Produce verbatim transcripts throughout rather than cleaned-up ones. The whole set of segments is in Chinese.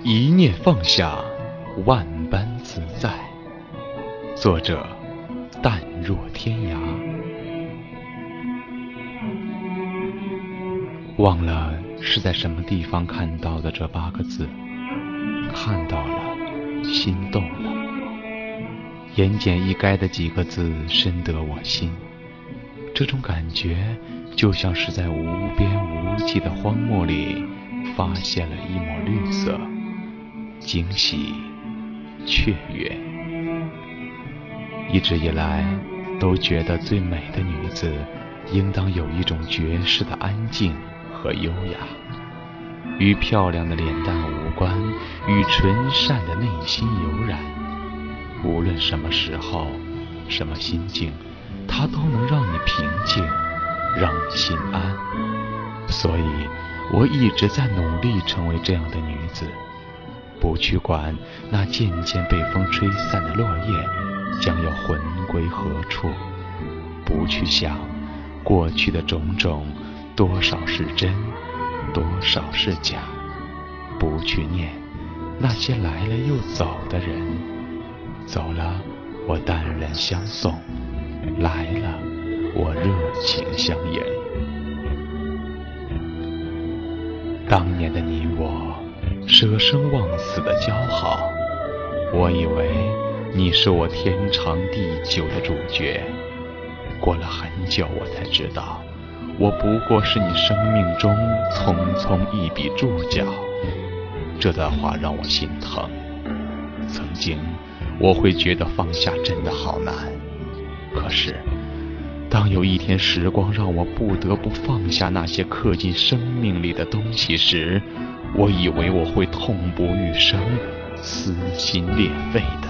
一念放下，万般自在。作者：淡若天涯。忘了是在什么地方看到的这八个字，看到了，心动了。言简意赅的几个字，深得我心。这种感觉，就像是在无边无际的荒漠里，发现了一抹绿色，惊喜雀跃。一直以来都觉得最美的女子应当有一种绝世的安静和优雅，与漂亮的脸蛋无关，与纯善的内心有染。无论什么时候什么心境，她都能让你平静，让你心安。所以我一直在努力成为这样的女子，不去管那渐渐被风吹散的落叶将要魂归何处，不去想过去的种种多少是真，多少是假，不去念那些来了又走的人。走了，我淡然相送；来了，我热情相迎。当年的你我舍生忘死的交好，我以为你是我天长地久的主角。过了很久，我才知道，我不过是你生命中匆匆一笔注脚。这段话让我心疼。曾经我会觉得放下真的好难，可是当有一天时光让我不得不放下那些刻进生命里的东西时，我以为我会痛不欲生，撕心裂肺的。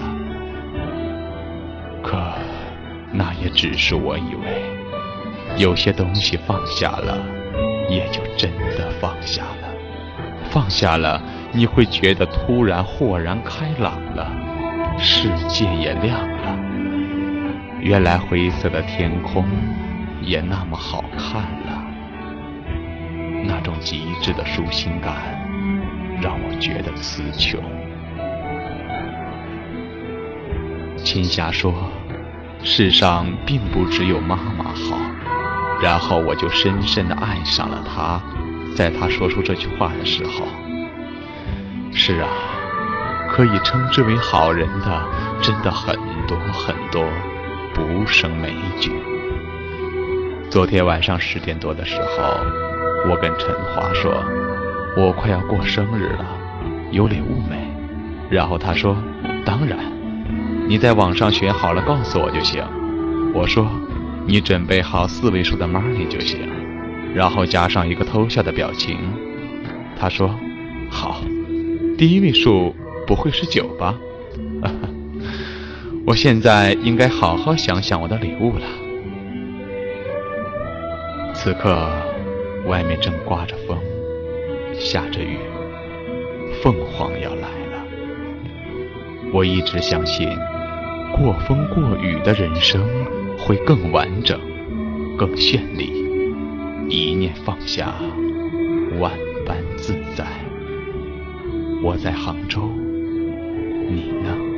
可那也只是我以为，有些东西放下了，也就真的放下了。放下了，你会觉得突然豁然开朗了，世界也亮了。原来灰色的天空也那么好看了。那种极致的舒心感，让我觉得词穷。青霞说，世上并不只有妈妈好，然后我就深深地爱上了她。在她说出这句话的时候，是啊，可以称之为好人的真的很多很多，不胜枚举。昨天晚上十点多的时候，我跟陈华说，我快要过生日了，有礼物没？然后他说，当然，你在网上选好了告诉我就行。我说，你准备好四位数的 money 就行，然后加上一个偷笑的表情。他说，好，第一位数不会是九吧？我现在应该好好想想我的礼物了。此刻外面正刮着风，下着雨，凤凰要来了。我一直相信，过风过雨的人生会更完整，更绚丽。一念放下，万般自在。我在杭州，你呢？